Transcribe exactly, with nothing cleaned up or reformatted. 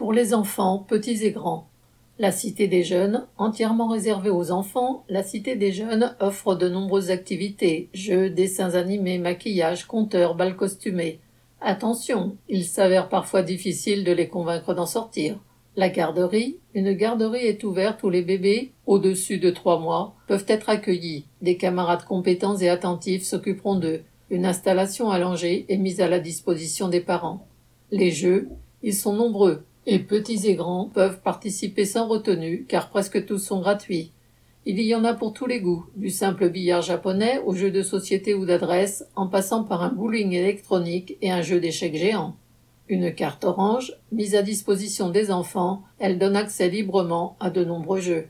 Pour les enfants, petits et grands. La Cité des Jeunes, entièrement réservée aux enfants, la Cité des Jeunes offre de nombreuses activités, jeux, dessins animés, maquillage, conteurs, bals costumés. Attention, il s'avère parfois difficile de les convaincre d'en sortir. La garderie, une garderie est ouverte où les bébés, au-dessus de trois mois, peuvent être accueillis. Des camarades compétents et attentifs s'occuperont d'eux. Une installation allongée est mise à la disposition des parents. Les jeux, ils sont nombreux, et petits et grands peuvent participer sans retenue, car presque tous sont gratuits. Il y en a pour tous les goûts, du simple billard japonais aux jeux de société ou d'adresse, en passant par un bowling électronique et un jeu d'échecs géant. Une carte orange, mise à disposition des enfants, elle donne accès librement à de nombreux jeux.